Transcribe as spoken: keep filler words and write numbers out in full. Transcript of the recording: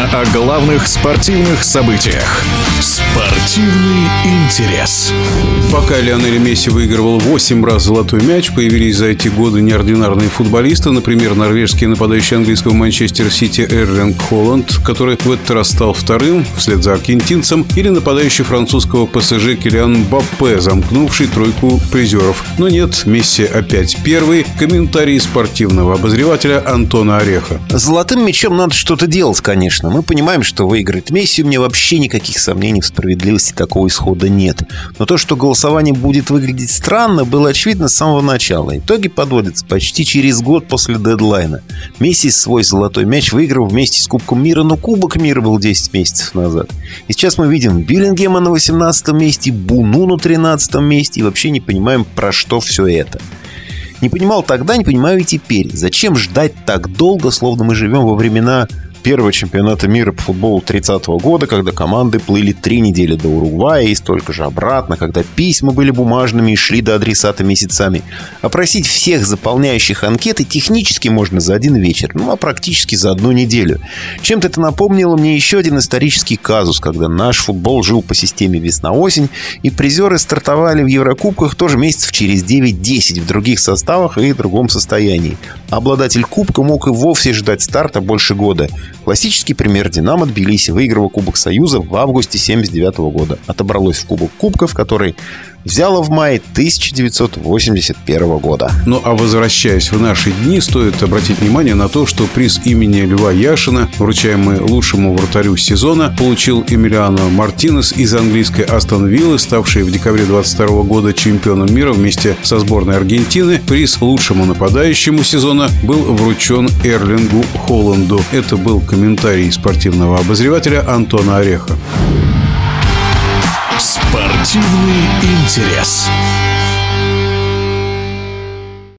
о главных спортивных событиях. Спортивный интерес. Пока Лионель Месси выигрывал восемь раз золотой мяч, появились за эти годы неординарные футболисты. Например, норвежский нападающий английского Манчестер Сити Эрлинг Холланд, который в этот раз стал вторым, вслед за аргентинцем, или нападающий французского ПСЖ Килиан Мбаппе, замкнувший тройку призеров. Но нет, Месси опять первый. Комментарий спортивного обозревателя Антона Ореха. С золотым мячом надо что-то делать, конечно. Мы понимаем, что выиграет Месси. У меня вообще никаких сомнений в справедливости такого исхода нет. Но то, что голосование будет выглядеть странно, было очевидно с самого начала. Итоги подводятся почти через год после дедлайна. Месси свой золотой мяч выиграл вместе с Кубком мира, но Кубок мира был десять месяцев назад. И сейчас мы видим Беллингема на восемнадцатом месте, Буну на тринадцатом месте и вообще не понимаем, про что все это. Не понимал тогда, не понимаю и теперь. Зачем ждать так долго, словно мы живем во времена первого чемпионата мира по футболу тридцатого года, когда команды плыли три недели до Уругвая и столько же обратно, когда письма были бумажными и шли до адресата месяцами. Опросить всех заполняющих анкеты технически можно за один вечер, ну а практически за одну неделю. Чем-то это напомнило мне еще один исторический казус, когда наш футбол жил по системе весна-осень, и призеры стартовали в Еврокубках тоже месяцев через девять-десять в других составах и другом состоянии. Обладатель Кубка мог и вовсе ждать старта больше года. Классический пример: «Динамо» Тбилиси выиграло Кубок Союза в августе семьдесят девятого года. Отобралось в Кубок Кубков, который взяло в мае тысяча девятьсот восемьдесят первого года. Ну а возвращаясь в наши дни, стоит обратить внимание на то, что приз имени Льва Яшина, вручаемый лучшему вратарю сезона, получил Эмилиано Мартинес из английской Астон Виллы, ставший в декабре двадцать второго года чемпионом мира вместе со сборной Аргентины. Приз лучшему нападающему сезона был вручен Эрлингу Холланду. Это был комментарий спортивного обозревателя Антона Ореха. Спортивный интерес.